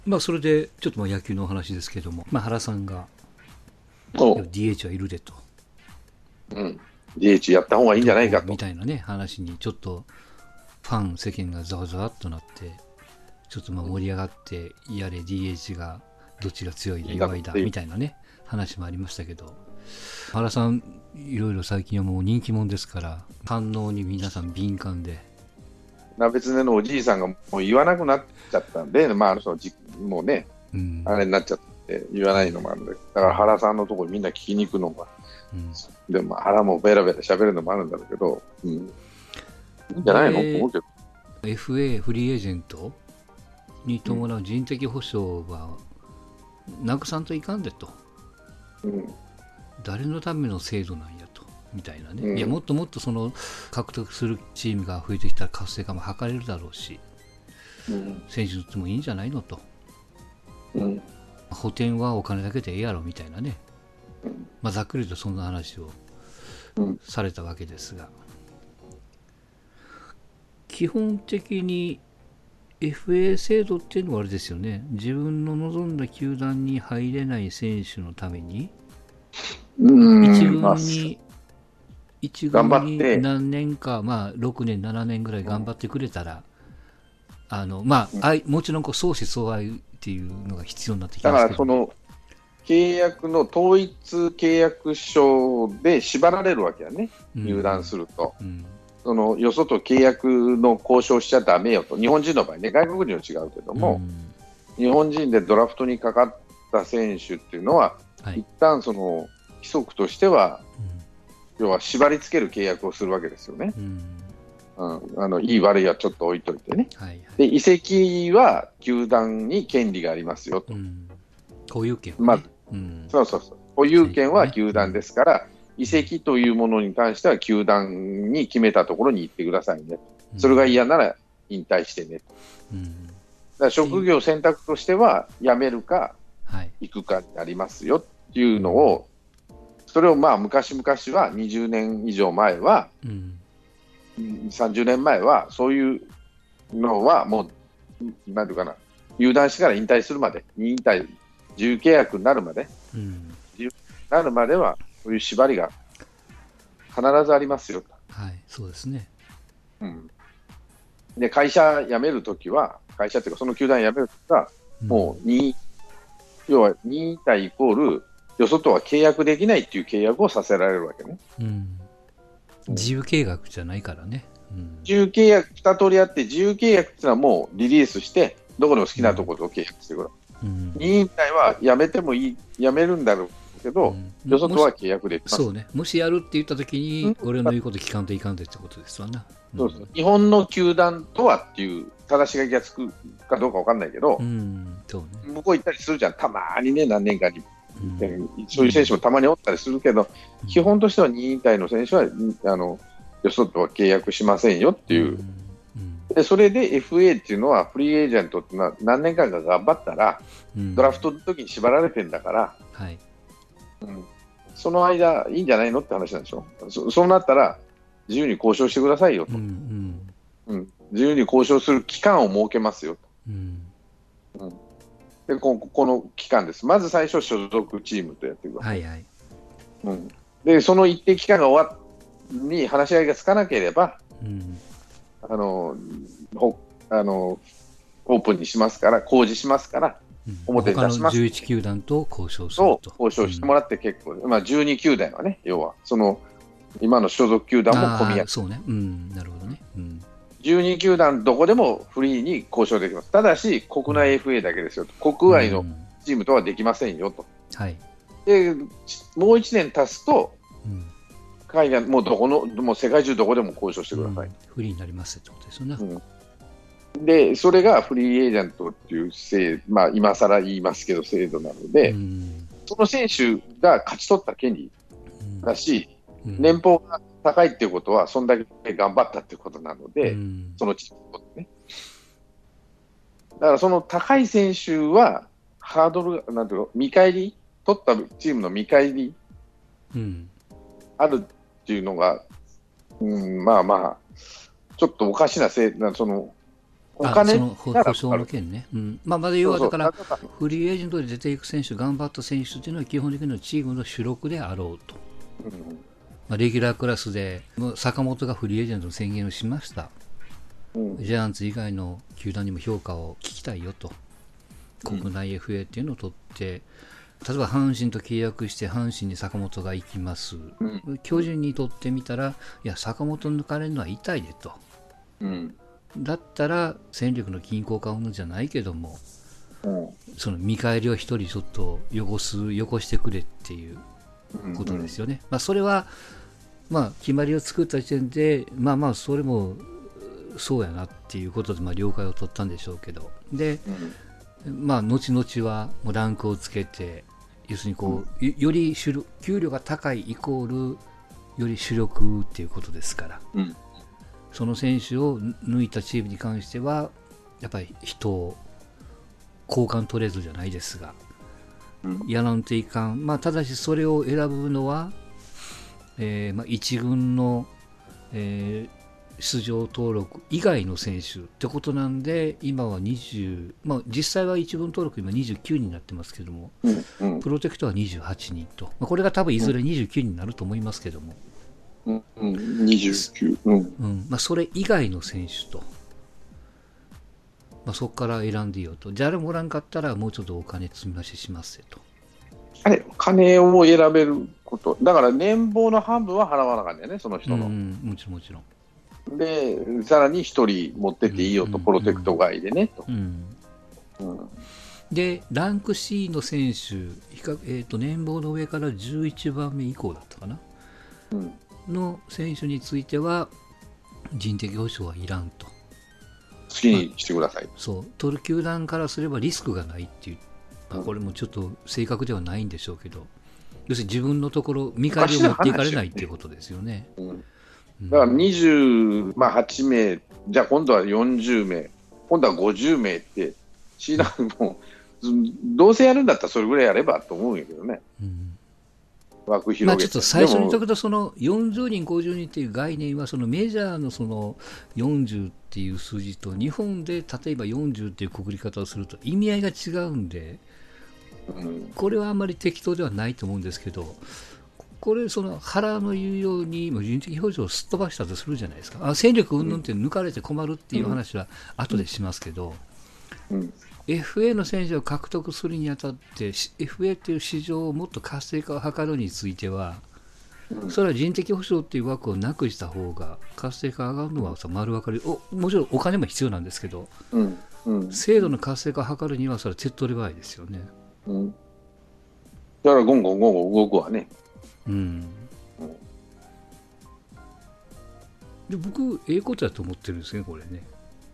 それでちょっと野球のお話ですけども、原さんがおう、 DH はいるでと、 うん。DH やった方がいいんじどこみゃないかと。 たいなね、話にちょっとファン、世間がざわざわっとなって、ちょっと盛り上がって、やれ DH がどっちが強いだ、 いいだ弱いだ、 ろうっていう。 みたいなね、話もありましたけど、原さん、いろいろ最近はもう人気者ですから、反応に皆さん敏感で、 別ねのおじいさんがもう言わなくなっちゃったんで、まあ、もうね、 うん、 あれになっちゃって言わないのもあるんだけど、だうん、 から原さんのところにみんな聞きに行くのが、 うん。 でも原もベラベラ喋るのもあるんだろうけど、うん、いいんじゃないのと思で、 うけど、 FA、フリーエージェントにうん、 伴う人的保障はなくさんといかんでと、 うん、 誰のための制度なんやと、みたいなね、いや、 うん、 もっともっとその獲得するチームが増えてきたら活性化も図れるだろうし、 うん、 選手にとってもいいんじゃないのと、 うん、 補填はお金だけでええやろみたいなね、 うん、 ざっくりとそんな話をうん、 されたわけですが、基本的に FA 制度っていうのはあれですよね、自分の望んだ球団に入れない選手のために一まあ、 軍に一頑張軍にって、 何年か、6年7年ぐらいうん、 頑張ってくれたら、 うん、 もちろん相思相愛っていうのが必要になってきだかますけども、 らその契約の統一契約書で縛られるわけやね、入団うん、 すると。 うん、 そのよそと契約の交渉しちゃだめよと、日本人の場合ね、外国人は違うけども、 うん、 日本人でドラフトにかかった選手っていうのは、 はい、 一旦その規則としては、 うん、 要は縛り付ける契約をするわけですよね。 うん、 いい悪いはちょっと置いといてね。 はい、はい、 で、移籍は球団に権利がありますよと。 うん、こういう件はね、 まず、 うん、 そうそうそう。保有権選手はね、 は球団うん、 ですから、移うん、 籍というものに関しては球団に決めたところに行ってくださいね。 うん、 それが嫌なら引退してね。だかうん、っらていう、 職業選択としては辞めるかはい、 行くかになりますよっていうのうん、 を、それをまあ昔々は20年以上前は、 うん、 30年前はそういうのはもう、なんていうかな、入団してから引退するまで、引退、自由契約になるまで、 うん、 自由になるまでは、そういう縛りが必ずありますよと。 はい、そうですね、 うん、で、会社辞めるときは、会社っていうか、その球団辞めるときは、 うん、 もう要は2位対イコール、よそとは契約できないっていう契約をさせられるわけね。 うん、 うん、 自由計画じゃないからね、うん、 自由契約、2通りあって、自由契約っていうのはもうリリースして、どこでも好きなとうん、 ころと契約してくる。 うん、 2位以内は辞めてもいい、辞めるんだろうけど、 うん、 よそとは契約できます。 そうね、もしやるって言った時に、 うん、 俺の言うこと聞かんといかんでってことですわな。うん、 そうそう、日本の球団とはっていう正し書きがつくかどうかわかんないけうど、 ん、そうね。 向こう行ったりするじゃん、たまにね、何年かに。 うん、 そういう選手もたまにおったりするけど、 うん、 基本としては2位以内の選手はよそとは契約しませんよってうん、 いう。 うん、 でそれで FA っていうのはフリーエージェントっていうのは何年間か頑張ったらうん、 ドラフトの時に縛られてんだから、 はい。 うん、その間いいんじゃないのって話なんでしょ。そうなったら自由に交渉してくださいようん、うと、 ん、 自由に交渉する期間を設けますようん、 と、でこの期間です。まず最初所属チームとやってください。 はいはい。 でその一定期間が終わに話し合いがつかなければうん、 あのほあのオープンにしますから、公示しますから、 うん、 表に他の出します 11球団と交渉するとと。 交うん、 渉してもらって結構で、まあ、12球団はね、要はその今の所属球団も込みああ、 合い、 そうね。うん、なるほどね。うん、 12球団どこでもフリーに交渉できます。ただし、国内うん、 FA だけですよと、国う外のん、 チームとはできませんよと。 はい。 でもう1年経つと、 うん、 海外もう世界中どこでも交渉してください。 うん、フリーになりますってことですよね。 で、それがフリーエージェントっていうまあ、今更言いますけど制度なのうで、 ん、 その選手が勝ち取った権利うん、 だし、 うん、 年俸が高いっていうことは、そんだけ頑張ったっていうことなのうで、 ん、 そのチームにとってね。だからその高い選手は、ハードルが、なんていうの、見返り、取ったチームの見返りうん、 あるっていうのが、まあまあ、ちょっとおかしなそのお金その保証の件ね、まだ要はだからフリーエージェントで出ていく選手、頑張った選手というのは基本的にはチームの主力であろうと、レギュラークラスでもう坂本がフリーエージェントの宣言をしました、ジャイアンツ以外の球団にも評価を聞きたいよと、国内 FA っていうのを取って、例えば阪神と契約して阪神に坂本が行きます、巨人にとってみたら、いや坂本抜かれるのは痛いでと、だったら戦力の均衡化じゃないけども、その見返りを一人ちょっとよこしてくれっていうことですよね。それは決まりを作った時点でそれもそうやなっていうことで了解を取ったんでしょうけど、で、後々はもうランクをつけて、要するにより給料が高いイコールより主力っていうことですから、その選手を抜いたチームに関してはやっぱり人を交換取れずじゃないですが、やらんといかん、ただしそれを選ぶのは、一軍の、出場登録以外の選手ってことなんで、今は20、実際は一軍登録今29になってますけども、プロテクトは28人と、これが多分いずれ29になると思いますけども、 29、 それ以外の選手と、そこから選んでいいよと、誰もおらんかったらもうちょっとお金積み増ししますよと。 金を選べること、だから年俸の半分は払わなかったよね、その人の。 もちろんもちろん。で、 さらに1人持ってっていいよと、プロテクト外でねと。 で、ランク C の選手、年俸の上から11番目以降だったかな、の選手については、人的保障はいらんと。 好きにしてください。 取る球団からすればリスクがないっていう、これもちょっと正確ではないんでしょうけど、要するに自分のところ、見返りを持っていかれないっていうことですよね。 だから28名、じゃあ今度は40名、今度は50名って、もうどうせやるんだったらそれぐらいやればと思うんやけどね、枠広げて。 ちょっと最初に言ったけど、その40人、50人っていう概念は、そのメジャーのその40っていう数字と、日本で例えば40っていうくくり方をすると意味合いが違うんで、これはあんまり適当ではないと思うんですけど、これ、その原の言うように人的保障をすっ飛ばしたとするじゃないですか。戦力云々って抜かれて困るっていう話は後でしますけど、FA の選手を獲得するにあたって FA っていう市場をもっと活性化を図るについては、それは人的保障っていう枠をなくした方が活性化が上がるのは丸分かり、もちろんお金も必要なんですけど、制度の活性化を図るにはそれは手っ取り早いですよね。 だからゴンゴン動くわね。 で、僕、ことだと思ってるんですね、これね。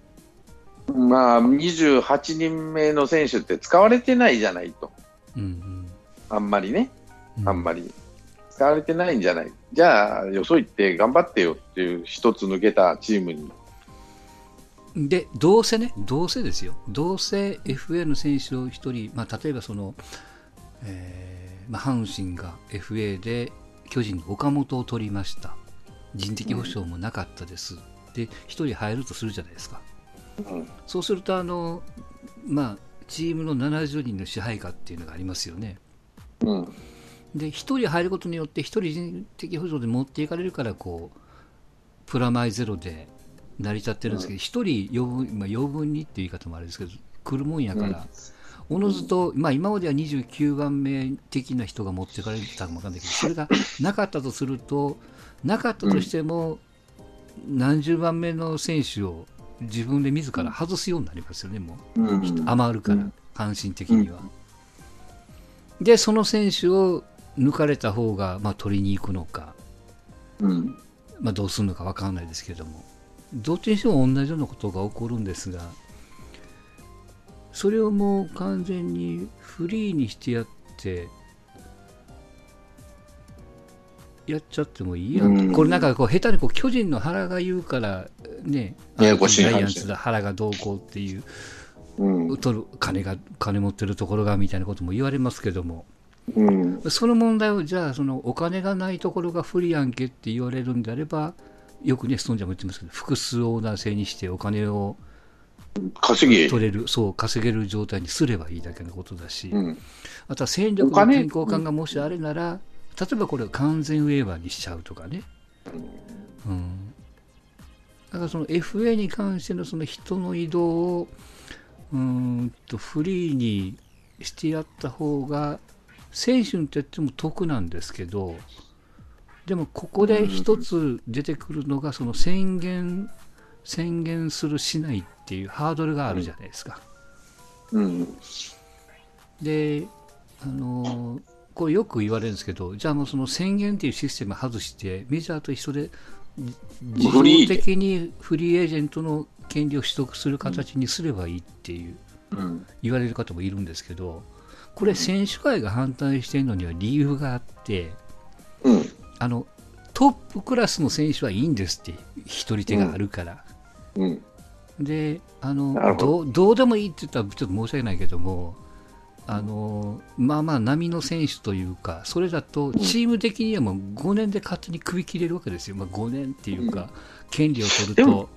28人目の選手って使われてないじゃないと、あんまりね、あんまり使われてないんじゃない、じゃあ、よそ行って頑張ってよっていう、一つ抜けたチームに。 で、どうせですよ、どうせ FA の選手を1人、例えばその、阪神が FA で巨人の岡本を取りました、人的保障もなかったです、で1人入るとするじゃないですか、そうするとチームの70人の支配下っていうのがありますよね、で1人入ることによって1人人的保障で持っていかれるから、プラマイゼロで成り立ってるんですけど、1人余分にっていう言い方もあれですけど、来るもんやから、おのずと、今までは29番目的な人が持っていかれたかもわかんないけど、それがなかったとすると、なかったとしても、何十番目の選手を自分で自ら外すようになりますよね、もう、余るから、阪神的には。で、その選手を抜かれた方が、取りに行くのか、どうするのか分からないですけれども、どっちにしても同じようなことが起こるんですが、それをもう完全にフリーにしてやってやっちゃってもいいやん、これなんか下手に巨人の原が言うからね、ジャイアンツだ原がどうこうっていう、取る金持ってるところがみたいなことも言われますけども、その問題をじゃあそのお金がないところが不利やんけって言われるんであれば、よくねストーンちゃんも言ってますけど、複数オーナー制にしてお金を取れる、そう、稼げる状態にすればいいだけのことだし、 うん、 あとは戦力の健康感がもしあれなら、例えばこれを完全ウェーバーにしちゃうとかね。うん、だからその FA に関してのその人の移動をフリーにしてやった方が選手にとっても得なんですけど、でもここで一つ出てくるのがその宣言するしないっていうハードルがあるじゃないですか。 うん、 でこれよく言われるんですけど、じゃあもうその宣言っていうシステムを外してメジャーと一緒で自動的にフリーエージェントの権利を取得する形にすればいいっていう言われる方もいるんですけど、これ選手会が反対しているのには理由があって、 うん、 トップクラスの選手はいいんですって、一人手があるから、 うん、 でどうでもいいって言ったらちょっと申し訳ないけども、まあまあ波の選手というか、それだとチーム的にはもう5年で勝手に首切れるわけですよ。まあ、5年っていうか、権利を取ると。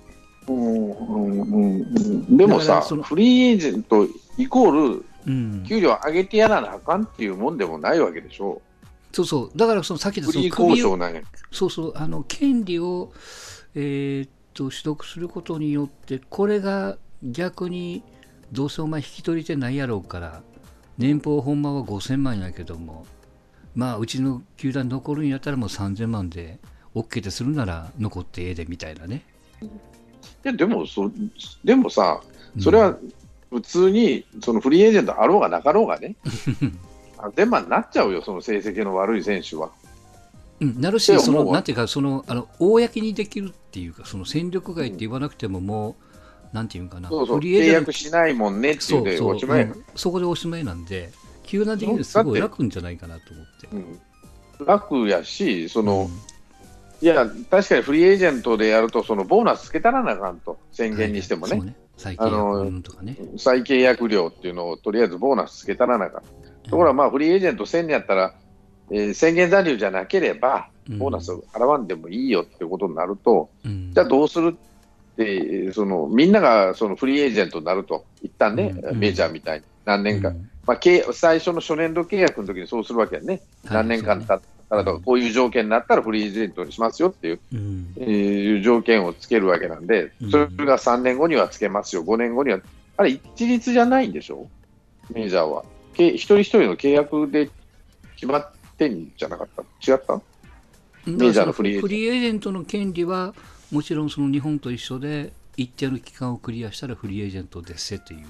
でもさ、フリーエージェントイコール給料上げてやらなあかんっていうもんでもないわけでしょ。 そうそう、だからそのさっきの首を、そうそう、権利を、取得することによって、これが逆にどうせお前引き取り手ないやろうから、年俸ほんまは5000万やけども、まあうちの球団残るんやったらもう3000万で OK でするなら残ってええでみたいなね。 いやでもさ、それは普通にそのフリーエージェントあろうがなかろうがね3000万になっちゃうよ、その成績の悪い選手は。 なるし、なんていうか、公にできるっていうか、その戦力外って言わなくてももう、なんていうかな、 フリーエージェント契約しないもんねっていうでおしまい、 そこでおしまいなんで、球団的にすごい楽んじゃないかなと思って。 楽やし、いや確かにフリーエージェントでやるとそのボーナスつけたらなあかんと、宣言にしてもね、 再契約とかね、 再契約料っていうのをとりあえずボーナスつけたらなあかん。ところがまあフリーエージェント1000にやったら、宣言残留じゃなければボーナスを払わんでもいいよっていうことになると、じゃあどうするって、みんながそのフリーエージェントになると、一旦ね、メジャーみたいに何年間、まあ、最初の初年度契約の時にそうするわけやね、何年間経ったらとか、こういう条件になったらフリーエージェントにしますよっていう、いう条件をつけるわけなんで、それが3年後にはつけますよ、5年後には、あれ、一律じゃないんでしょ、メジャーは。一人一人の契約で決まってんじゃなかった？違った？メジャーのフリーエージェントの権利はもちろんその日本と一緒で、一定の期間をクリアしたらフリーエージェントですせという、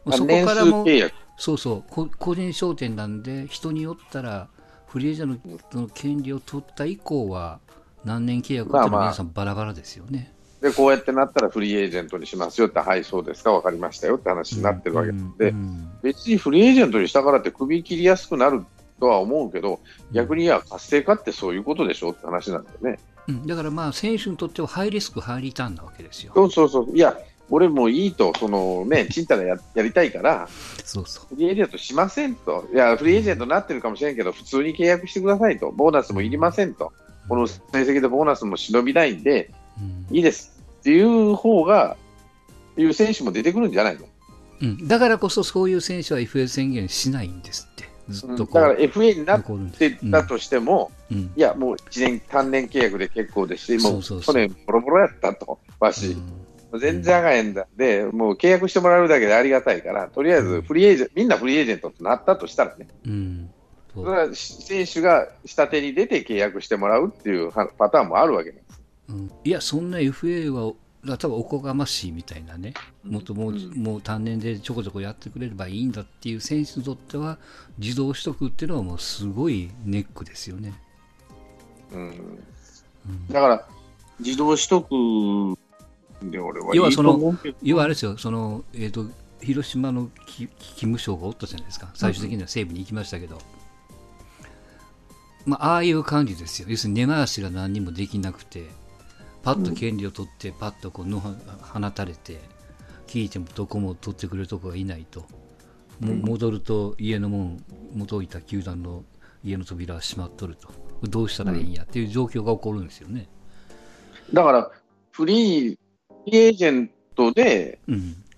そこからもそうそう個人商店なんで、人によったらフリーエージェントの権利を取った以降は何年契約っていうのは皆さんバラバラですよね。 でこうやってなったらフリーエージェントにしますよって、はいそうですか分かりましたよって話になってるわけで、別にフリーエージェントにしたからって首切りやすくなるとは思うけど、逆に活性化ってそういうことでしょって話なんだよね。 だからまあ選手にとってはハイリスクハイリターンなわけですよ。 いや俺もいいと、チンタが やりたいからフリーエージェントしませんと、いやフリーエージェントになってるかもしれんけど普通に契約してくださいと、ボーナスもいりませんと、この成績でボーナスも忍びないんで、いいですっていう方がいう選手も出てくるんじゃないの？ だからこそそういう選手は FA 宣言しないんですって。ずっとだから FA になってたとしても、いやもう1年単年契約で結構ですし、もう去年ボロボロやったと、全然あがへんだで、もう契約してもらうだけでありがたいから、とりあえずみんなフリーエージェントとなったとしたらね、それは選手が下手に出て契約してもらうっていうパターンもあるわけです。 いやそんな FA は多分おこがましいみたいなね、もう単年でちょこちょこやってくれればいいんだっていう選手にとっては、自動取得っていうのはもうすごいネックですよね。 だから自動取得で俺はいいと思うけど、 要はあれですよ、広島の勤務省がおったじゃないですか、最終的には西武に行きましたけど、ああいう感じですよ。要するに根回しが何にもできなくて、パッと権利を取ってパッと放たれて、聞いてもどこも取ってくれるとこがいないと、戻ると家の元いた球団の家の扉は閉まっとると、どうしたらいいんやっていう状況が起こるんですよね。 だからフリーエージェントで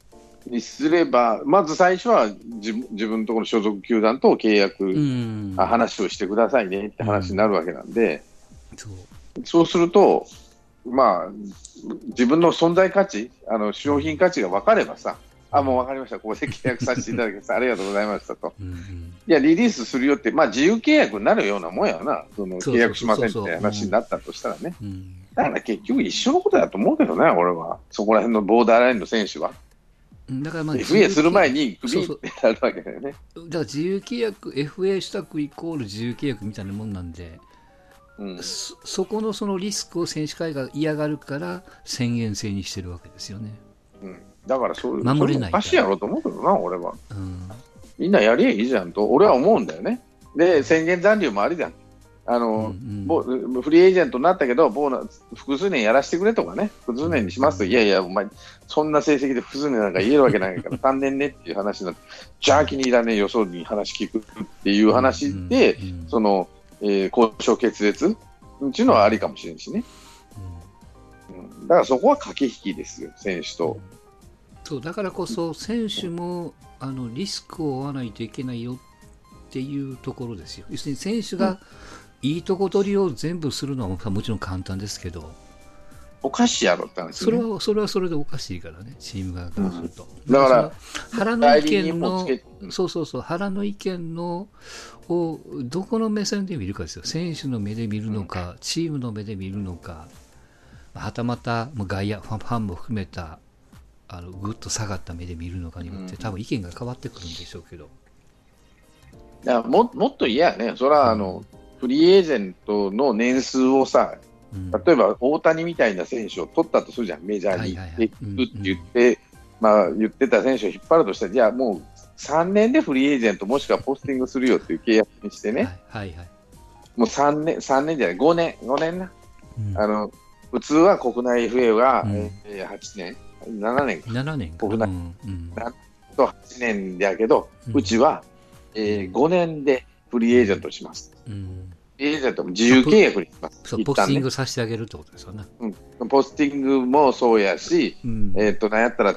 にすれば、まず最初は自分のところの所属球団と契約、話をしてくださいねって話になるわけなんで、そうすると、まあ、自分の存在価値、商品価値が分かればさ、もう分かりました、ここで契約させていただきます、ありがとうございましたと。いや、リリースするよって、まあ、自由契約になるようなもんやな、契約しませんって話になったとしたらね。だから結局一緒のことだと思うけどね、俺は。そこら辺のボーダーラインの選手は。 だからまあ FA する前にクビってなるわけだよね。 だから自由契約、FA 取得イコール自由契約みたいなもんなんで、そこのそのリスクを選手会が嫌がるから宣言制にしてるわけですよね。 だからそういう守れないおかしいやろうと思うけどな、俺は。みんなやりゃいいじゃんと、俺は思うんだよね。で、宣言残留もありじゃん。フリーエージェントになったけど、複数年やらせてくれとかね、複数年にしますと、いやいや、お前、そんな成績で複数年なんか言えるわけないから、3年ねっていう話になって、じゃあ気に入らねえよ、そうに話聞くっていう話で、交渉決裂っていうのはありかもしれんしね。だからそこは駆け引きですよ、選手と。 そうだからこそ、選手もリスクを負わないといけないよっていうところですよ。要するに選手がいいとこ取りを全部するのはもちろん簡単ですけど、 おかしいやろって話、ね、 それはそれでおかしいからね、チーム側からすると。 だから原の意見の原の意見のをどこの目線で見るかですよ。選手の目で見るのか、チームの目で見るのか、はたまた外野ファンも含めたぐっと下がった目で見るのかによって、多分意見が変わってくるんでしょうけど。 もっと嫌やね、それはフリーエージェントの年数をさ、例えば大谷みたいな選手を取ったとするじゃん、メジャーに行っていくって言って、言ってた選手を引っ張るとしたら、じゃあもう3年でフリーエージェントもしくはポスティングするよっていう契約にしてね、もう3年じゃない、5年な、普通は国内 FA が、8年、7年か、国内、と8年だけど、うちは、5年でフリーエージェントします。フリーエージェントも自由契約にします。 ポスティングさせてあげるってことですよね。 ポスティングもそうやし、なんやったら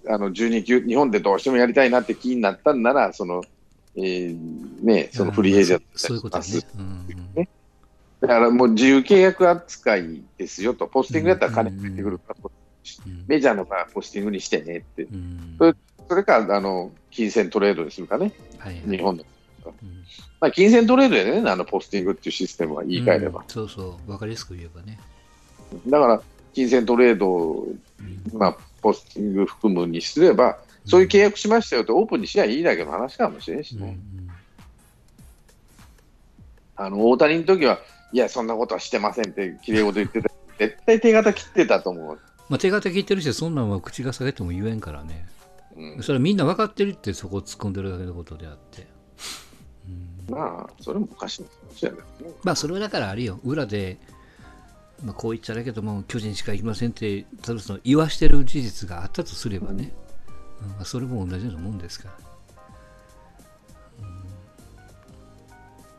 12球、日本でどうしてもやりたいなって気になったんなら、そのフリーエージェントそういうことですね。 だからもう自由契約扱いですよと、ポスティングやったら金入ってくるから、メジャーの場合はポスティングにしてねって、それから金銭トレードにするかね、日本の。金銭トレードやね、ポスティングっていうシステムは言い換えれば。 そうそう、分かりやすく言えばね。 だから、金銭トレード、ポスティング含むにすれば、そういう契約しましたよってオープンにしりゃいいだけの話かもしれんしね。大谷の時はいや、そんなことはしてませんってきれい事言ってた。絶対手形切ってたと思う。 手形切ってるし、そんなんは口が下げても言えんからね。それはみんな分かってるってそこを突っ込んでるだけのことであって。 それもおかしい話やけどね。 それはだからあれよ、裏で、こう言っちゃだけども、巨人しか行きませんって、言わしてる事実があったとすればね、それも同じようなもんですから。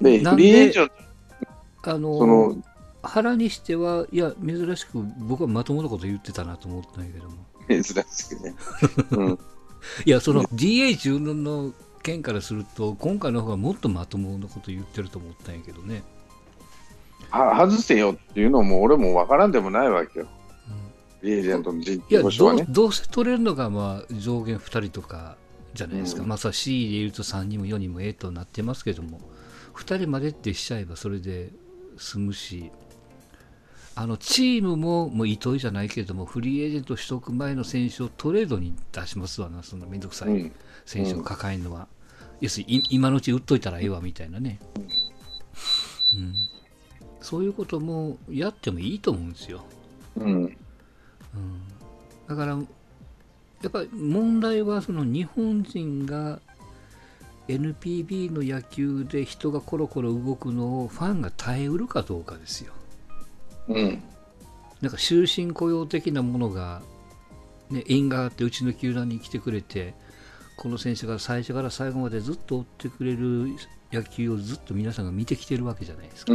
で、フリーエージェント、原にしては、いや、珍しく僕はまともなこと言ってたなと思ったんやけども。 珍しくね。 いや、その DH の件からすると、今回の方がもっとまともなこと言ってると思ったんやけどね。 外せよっていうのも俺も分からんでもないわけよ。フリーエージェントの人事保証はね。どうせ取れるのが上限2人とかじゃないですか。C で言うと3人も4人もとなってますけども、2人までってしちゃえばそれで済むし、チームももう糸井じゃないけれども、フリーエージェント取得前の選手をトレードに出しますわな、そんなめんどくさい選手を抱えるのは。要するに今のうち売っといたらええわみたいなね。そういうこともやってもいいと思うんですよ。だからやっぱり問題はその日本人が NPB の野球で人がコロコロ動くのをファンが耐えうるかどうかですよ。なんか終身雇用的なものが、縁があってうちの球団に来てくれて、この選手が最初から最後までずっと追ってくれる野球をずっと皆さんが見てきてるわけじゃないですか。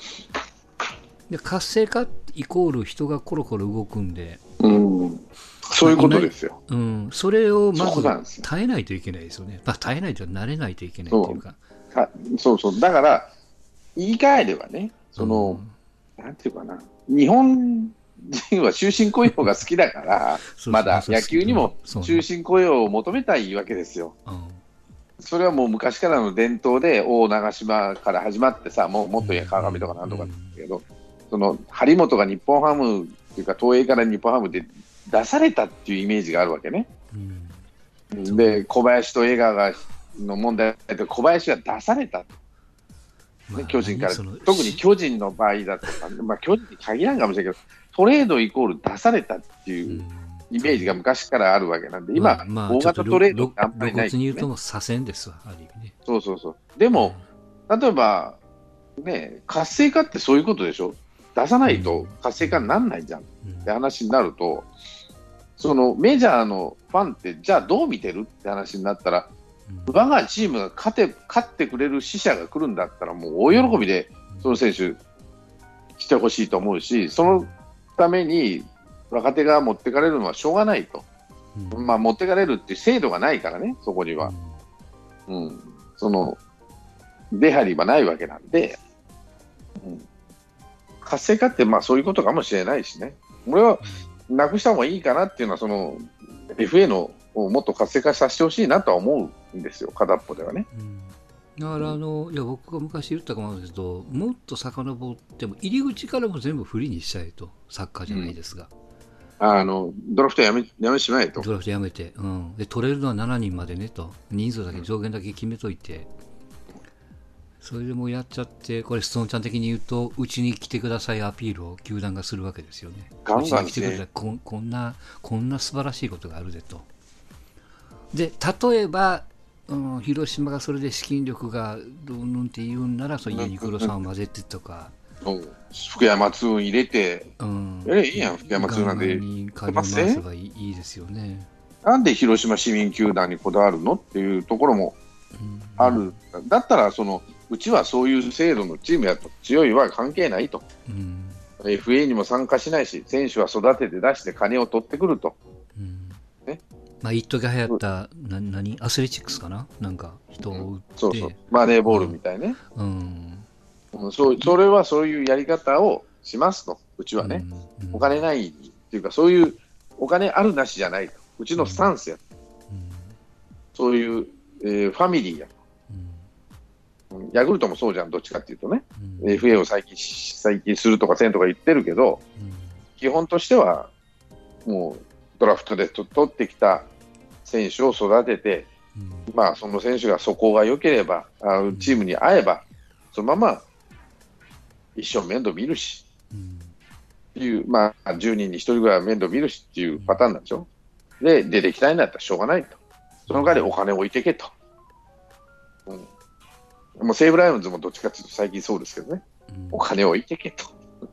で活性化イコール人がコロコロ動くんで、 そういうことですよ。 それをまず耐えないといけないですよね。耐えないと慣れないといけないっていうか。 そうそう。だから、言い換えればね、なんていうかな、日本人は終身雇用が好きだから、まだ野球にも終身雇用を求めたいわけですよ。それはもう昔からの伝統で、大長島から始まってさ、もっと川上とかなんとかだけど、張本が日本ハムっていうか、東映から日本ハムで出されたっていうイメージがあるわけね。で、小林と江川の問題で、小林が出された。巨人から、特に巨人の場合だとか、巨人に限らんかもしれないけど、トレードイコール出されたっていうイメージが昔からあるわけなんで、今、大型トレードってあんまりない、ね。 露骨に言うと左遷ですわ、ある意味ね。 そうそうそう。でも、例えば、ね、活性化ってそういうことでしょ。出さないと活性化にならないじゃんって話になると、メジャーのファンって、じゃあどう見てるって話になったら、我がチームが勝ってくれる死者が来るんだったら、もう大喜びでその選手来てほしいと思うし、そのために若手が持ってかれるのはしょうがないと、持ってかれるっていう制度がないからね、そこには、出張りはないわけなんで、活性化ってそういうことかもしれないしね、俺はなくした方がいいかなっていうのは、FA のをもっと活性化させてほしいなとは思うんですよ、片っぽではね。 だからいや僕が昔言ったかもですけど、もっと遡っても入り口からも全部フリーにしちゃえと、サッカーじゃないですが、 ドラフトやめしまえと。 ドラフトやめて、で取れるのは7人までねと、人数だけ上限だけ決めといて、それでもうやっちゃって、これストーンちゃん的に言うと、うちに来てくださいアピールを球団がするわけですよね。 ガンガン来てください、こんな素晴らしいことがあるでと。で例えば、広島がそれで資金力がどうぬんって言うんなら、そのユニクロさんを混ぜてとか、 福山通入れて、いいやん、福山通なんで、 回せばいいですよね。 なんで広島市民球団にこだわるのっていうところもある、だったらうちはそういう制度のチームやと強いは関係ないと、FA にも参加しないし、選手は育てて出して金を取ってくると。 一時流行ったアスレチックスかな、なんか人を売って、 そうそう、マネーボールみたいね、それはそういうやり方をしますと、うちはね、お金ないっていうか、そういうお金あるなしじゃないと、うちのスタンスや、そういう、ファミリーや、ヤクルトもそうじゃん、どっちかっていうとね、FA を再起するとかせんとか言ってるけど、基本としてはもうドラフトで取ってきた選手を育てて、その選手が素行が良ければ、チームに合えば、そのまま一生面倒見るし、っていう、10人に1人ぐらいは面倒見るしっていうパターンなんでしょ。で、出てきたいんだったらしょうがないと。その代わりお金を置いてけと。もう西武ライオンズもどっちかというと最近そうですけどね、お金を置いてけと。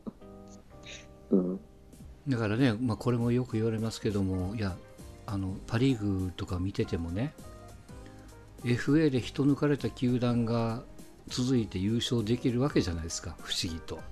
だからね、これもよく言われますけども、いやパ・リーグとか見ててもね、FA で人抜かれた球団が続いて優勝できるわけじゃないですか、不思議と。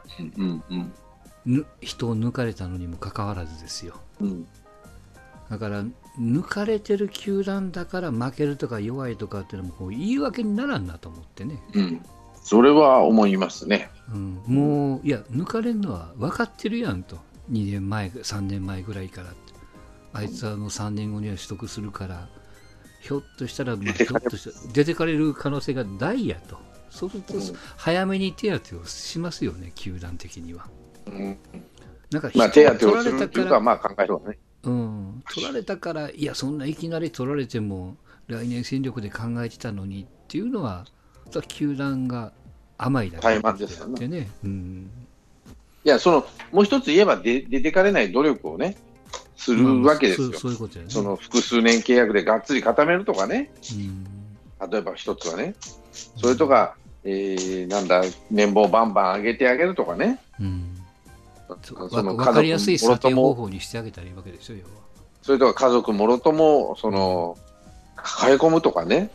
人を抜かれたのにもかかわらずですよ。だから抜かれてる球団だから負けるとか弱いとかっていうのもこう言い訳にならんなと思ってね。 それは思いますね。 もういや抜かれるのは分かってるやんと、2年前3年前ぐらいからあいつはもう3年後には取得するから、ひょっとしたら出てかれる可能性が大やと。そうすると早めに手当てをしますよね、球団的には。なんか手当てをするというか、考えるわね。 取られたから、いやそんないきなり取られても来年戦力で考えてたのにっていうのは、球団が甘いだけでね。 いや、もう一つ言えば出てかれない努力をねするわけですよ。 そういうことやね。 複数年契約でがっつり固めるとかね、例えば一つはね、それとか、年俸バンバン上げてあげるとかね、 分かりやすい査定方法にしてあげたらいいわけですよ。 それとか家族もろとも抱え込むとかね、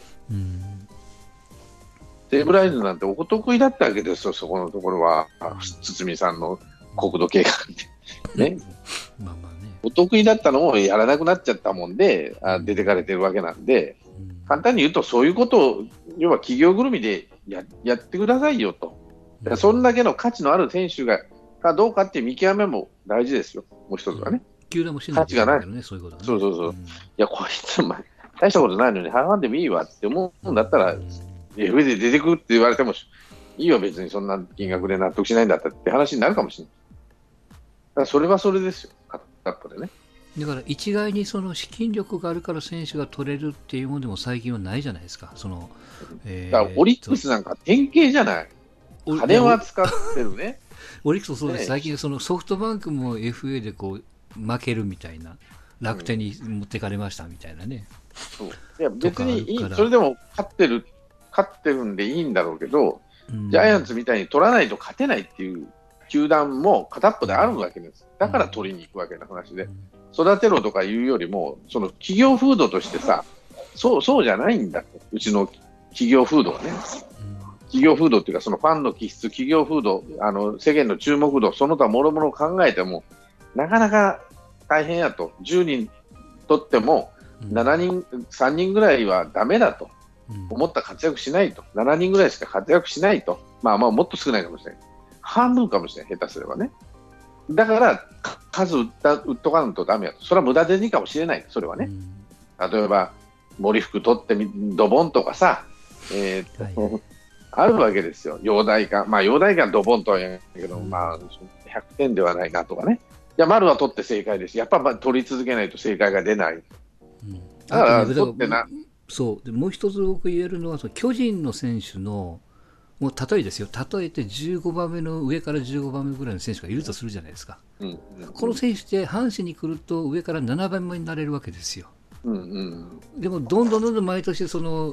西武ライオンズなんてお得意だったわけですよ、そこのところは、堤さんの国土計画でね。 お得意だったのをやらなくなっちゃったもんで、出てかれてるわけなんで、簡単に言うと、そういうことを、要は企業ぐるみでやってくださいよと、そんだけの価値のある選手かどうかっていう見極めも大事ですよ、もう一つはね。 球団もしないといけないけどね、そういうことね。 そうそうそう。いや、こいつ、大したことないのに払わんでもいいわって思うんだったら、FA で出てくるって言われてもいいよ、別にそんな金額で納得しないんだったって話になるかもしれない。だからそれはそれですよ、片っぽでね。 だから一概にその資金力があるから選手が取れるっていうものでも最近はないじゃないですか。 だからオリックスなんか典型じゃない。金は使ってるね。 オリックスもそうです。最近そのソフトバンクも FA でこう負けるみたいな、楽天に持ってかれましたみたいなね。 そういや別にそれでも勝ってるんでいいんだろうけど、ジャイアンツみたいに取らないと勝てないっていう球団も片っぽであるわけです。だから取りに行くわけの話で、育てろとかいうよりも、その企業風土としてさ、そうじゃないんだと、うちの企業風土はね。企業風土っていうか、そのファンの気質、企業風土、世間の注目度、その他諸々考えても、なかなか大変やと、10人取っても7人、3人ぐらいはダメだと、思った活躍しないと、7人ぐらいしか活躍しないと、もっと少ないかもしれない、半分かもしれない、下手すればね。だから数打っとかんとダメやと、それは無駄銭かもしれない、それはね。例えば、森福取ってドボンとかさ、あるわけですよ、陽大館ドボンとは言うんだけど、100点ではないなとかね。いや、丸は取って正解です。やっぱ取り続けないと正解が出ない。だから取ってな。 そうでもう一つ僕言えるのは、その巨人の選手のもう例えですよ、例えて15番目の上から15番目ぐらいの選手がいるとするじゃないですか。この選手って阪神に来ると上から7番目になれるわけですよ。でもどんどん毎年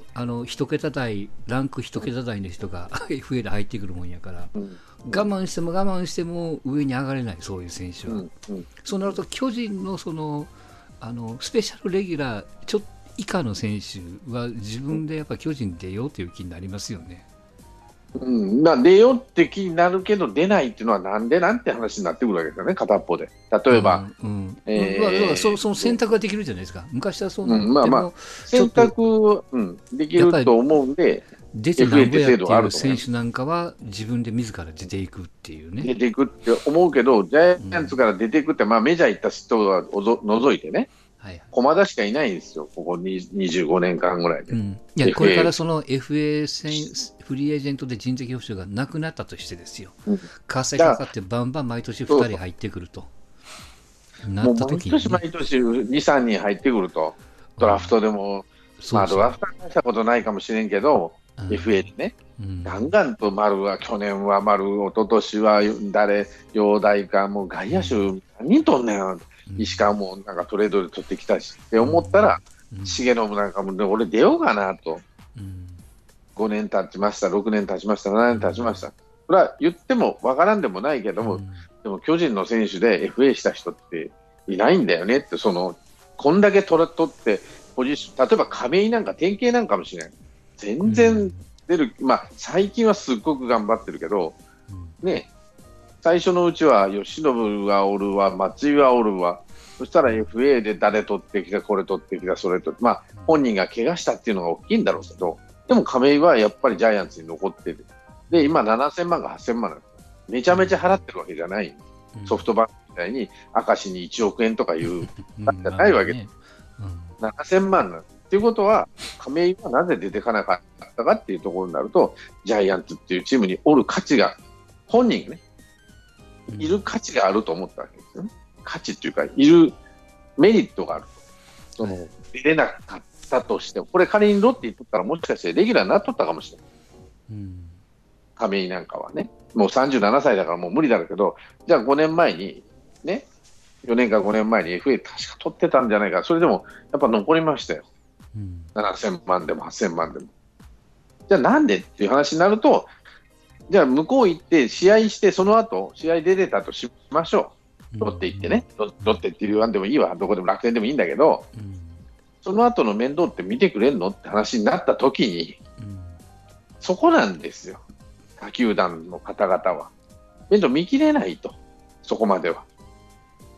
1桁台、ランク1桁台の人がFA で入ってくるもんやから、我慢しても上に上がれない、そういう選手は。そうなると巨人のスペシャルレギュラーちょっと以下の選手は自分でやっぱ巨人出ようという気になりますよね。 出ようって気になるけど出ないっていうのはなんでなんて話になってくるわけですよね、片っぽで。例えば、 その選択ができるじゃないですか。昔はそうなっても選択、できると思うんで、 出てなんぼやっていう選手なんかは自分で自ら出ていくっていうね。 出ていくって思うけど、ジャイアンツから出ていくって、メジャー行った人は除いてね、駒田しかいないんですよ、ここ25年間ぐらいで。 いやこれからその FA フリーエージェントで人的保障がなくなったとしてですよ、活性かかってバンバン毎年2人入ってくるとなった時に、 毎年2、3人入ってくると、ドラフトでも、ドラフトはしたことないかもしれんけど、FA でね、ガンガンと丸は、去年は丸、一昨年は陽大か、もう外野手何人取んねん、石川もなんかトレードで取ってきたしって思ったら、重信なんかも俺出ようかなと、5年経ちました、6年経ちました、7年経ちました、これは言っても分からんでもないけども、でも巨人の選手で FA した人っていないんだよねって、こんだけ取ってポジション、例えば亀井なんか典型なんかもしれない、全然出る、最近はすっごく頑張ってるけど、最初のうちは吉信はおるわ、松井はおるわ、そしたら FA で誰取ってきた、これ取ってきた、それと、本人が怪我したっていうのが大きいんだろうけど、でも亀井はやっぱりジャイアンツに残ってる。で、今7000万か8000万めちゃめちゃ払ってるわけじゃない。ソフトバンクみたいに明石に1億円とかいうじゃないわけです。7000万なんっていうことは、亀井はなぜ出てかなかったかっていうところになると、ジャイアンツっていうチームにおる価値が、本人がね、いる価値があると思ったわけですよね。価値っていうか、いるメリットがあると。出れなかったとしても、これ仮にロッテにとったらもしかしてレギュラーになっとったかもしれない。亀井なんかはね、もう37歳だからもう無理だけど、じゃあ5年前にね、4年か5年前に FA 確か取ってたんじゃないか、それでもやっぱ残りましたよ。7000万でも8000万でも。じゃあなんでっていう話になると、じゃあ向こう行って試合して、その後試合出れたとしましょう。ロッテ行ってね、ロッテっていう言わんでもいいわ、どこでも楽天でもいいんだけど、その後の面倒って見てくれんのって話になった時に、そこなんですよ、他球団の方々は。面倒見きれないと、そこまでは。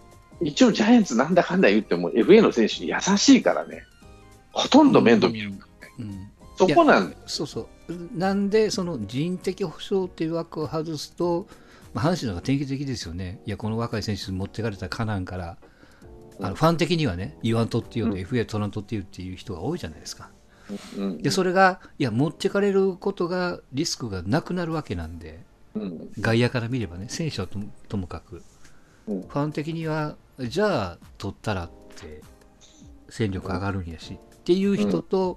一応ジャイアンツなんだかんだ言っても FA の選手に優しいからね、ほとんど面倒見るからね、そこなんで。 そうそう。なんで、その人的保障っていう枠を外すと、阪神の方が典型的ですよね。いや、この若い選手持ってかれたカナンから、ファン的にはね、言わんとっていうと、FA 取らんとっていうっていう人が多いじゃないですか。で、それが、いや、持ってかれることが、リスクがなくなるわけなんで、外野から見ればね、選手はともかく、ファン的には、じゃあ、取ったらって、戦力上がるんやし、っていう人と、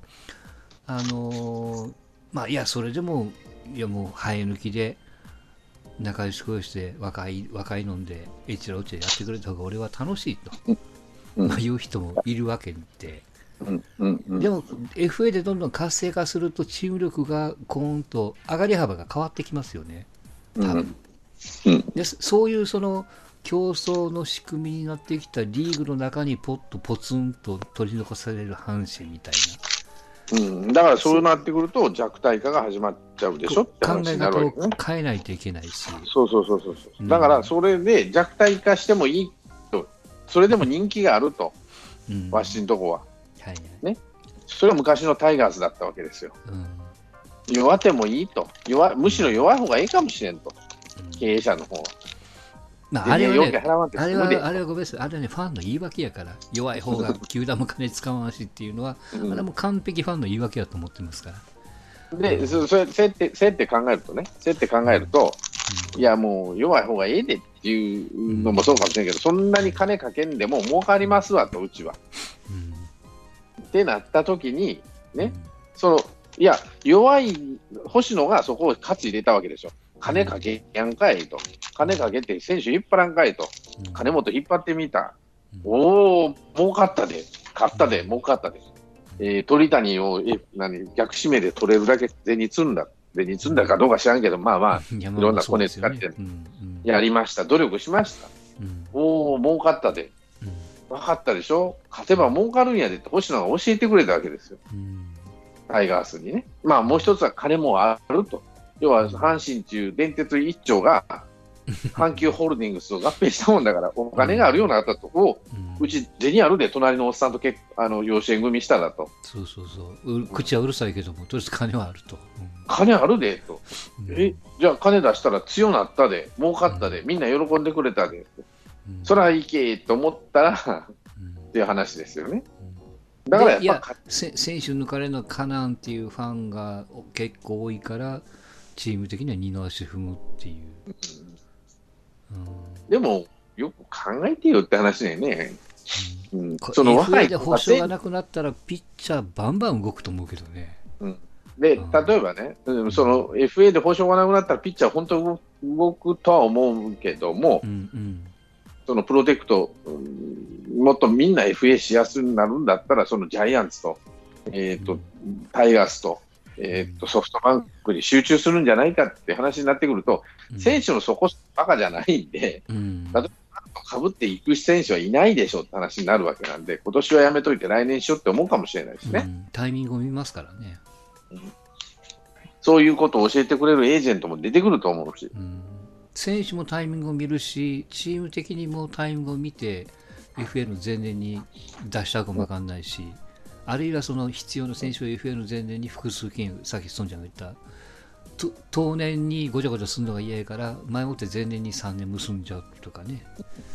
まあ、いや、それでも、いや、もう、生え抜きで、仲良しこよしで、若いのんで、えちらおちらやってくれた方が俺は楽しいと、まあ、いう人もいるわけで、でも、FA でどんどん活性化すると、チーム力がコーンと上がり幅が変わってきますよね、多分。でそういうその競争の仕組みになってきたリーグの中にポツンと取り残される阪神みたいな、だからそうなってくると弱体化が始まっちゃうでしょって話になるわけね。 考え方を変えないといけないし、 だからそれで弱体化してもいいと、それでも人気があると、わしんとこは、ね、それは昔のタイガースだったわけですよ。弱ってもいいと、むしろ弱い方がいいかもしれんと、経営者の方は。 あれはね、あれはごめんなさい、あれはね、ファンの言い訳やから、弱い方が球団も金使わんしっていうのは、あれはもう完璧ファンの言い訳だと思ってますから。 で、そうやって考えるとね、いや、もう弱い方がいいでっていうのもそうかもしれんけど、そんなに金かけんでも儲かりますわと、うちは。ってなった時に、ね、いや、弱い星野がそこを価値入れたわけでしょ。金かけやんかいと。金かけて選手引っ張らんかいと。金本引っ張ってみた。おー、儲かったで。勝ったで、儲かったで。鳥谷を逆指名で取れるだけ銭積んだかどうか知らんけど、まあまあ、いろんなコネ使ってやりました。努力しました。おー、儲かったで。分かったでしょ。勝てば儲かるんやでって星野が教えてくれたわけですよ。タイガースにね。まあもう一つは金もあると。要は阪神中電鉄一丁が阪急ホールディングスと合併したもんだから、お金があるようなとこを、うち銭あるで、隣のおっさんと養子縁組しただと。 口はうるさいけども、とりあえず金はあると。 金あるでと。じゃあ金出したら強なったで、儲かったで、みんな喜んでくれたで。そらいけと思ったらっていう話ですよね。 だからやっぱ選手抜かれのカナンっていうファンが結構多いから、チーム的には二の足踏むっていう。 でもよく考えてよって話だよね。 その若いで保証がなくなったらピッチャーバンバン動くと思うけどね。 で例えばね、その FA で保証がなくなったらピッチャー本当に動くとは思うけども、そのプロテクト、もっとみんな FA しやすくなるんだったら、そのジャイアンツと、タイガースと、ソフトバンクに集中するんじゃないかって話になってくると、選手のそこバカじゃないんで、例えばかぶっていく選手はいないでしょって話になるわけなんで、今年はやめといて来年しようって思うかもしれないですね。 タイミングを見ますからね。 そういうことを教えてくれるエージェントも出てくると思うし。 選手もタイミングを見るし、チーム的にもタイミングを見て FA の前年に出したかもわかんないし、あるいはその必要な選手を FA の前年に複数件、さっき孫ちゃんが言った当年にごちゃごちゃするのが嫌やから前もって前年に3年結んじゃうとかね、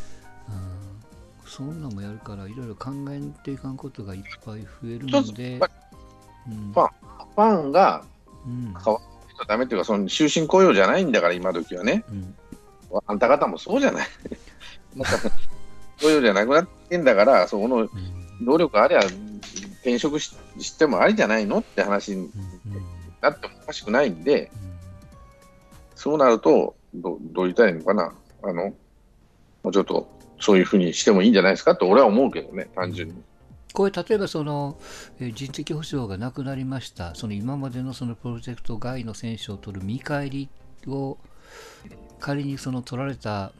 そんなのもやるからいろいろ考えていかんことがいっぱい増えるので、 ファンが変わってとダメっていうか、その終身雇用じゃないんだから今時はね、あんた方もそうじゃない雇用じゃなくなってんだから、そこの能力ありゃ転職してもありじゃないのって話になってもおかしくないんで、そうなるとどう言ったらいいのかな、もうちょっとそういうふうにしてもいいんじゃないですかと俺は思うけどね、単純に。 これ例えばその人的保障がなくなりました、その今までのそのプロジェクト外の選手を取る見返りを仮にその取られた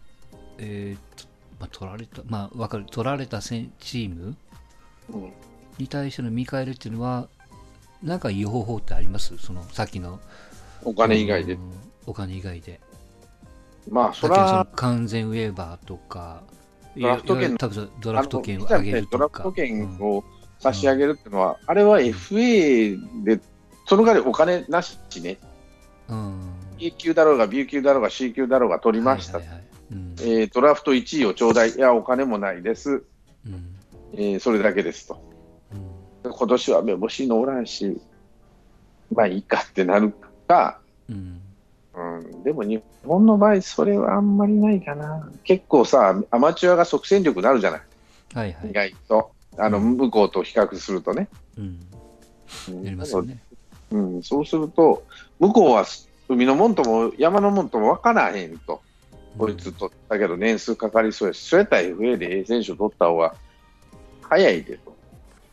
取られたチームに対しての見返りっていうのは何かいい方法ってあります？そのさっきのお金以外で。 お金以外で。 まあそれは完全ウェーバーとかドラフト権、 多分ドラフト権を上げるとか、 ドラフト権を差し上げるっていうのは、あれは FA で、その代わりお金なしね、A 級だろうが B 級だろうが C 級だろうが取りました、ドラフト1位をちょうだい、いや、お金もないです、それだけですと、今年は目星のおらんし、まあいいかってなるか、でも日本の場合、それはあんまりないかな。結構さ、アマチュアが即戦力になるじゃない、意外と向こうと比較するとね。 やりますよね。 そうすると、向こうは海のもんとも山のもんとも分からへんと、こいつ取ったけど年数かかりそうやし、そうやったら FA で A 選手取った方が早いでと、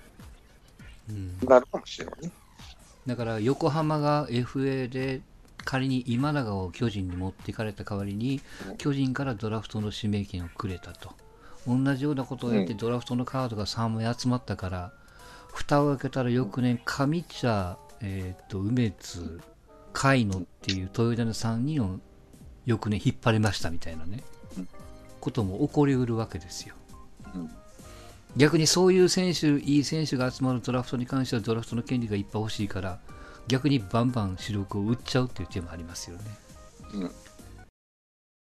なるかもしれないね。 だから横浜が FA で仮に今永を巨人に持っていかれた代わりに、巨人からドラフトの指名権をくれたと、同じようなことをやってドラフトのカードが3枚集まったから、蓋を開けたら翌年上茶、梅津、海野っていう豊田の3人を翌年引っ張りましたみたいなね、ことも起こりうるわけですよ。逆にそういう選手、いい選手が集まるドラフトに関してはドラフトの権利がいっぱい欲しいから、逆にバンバン主力を売っちゃうっていう手もありますよね。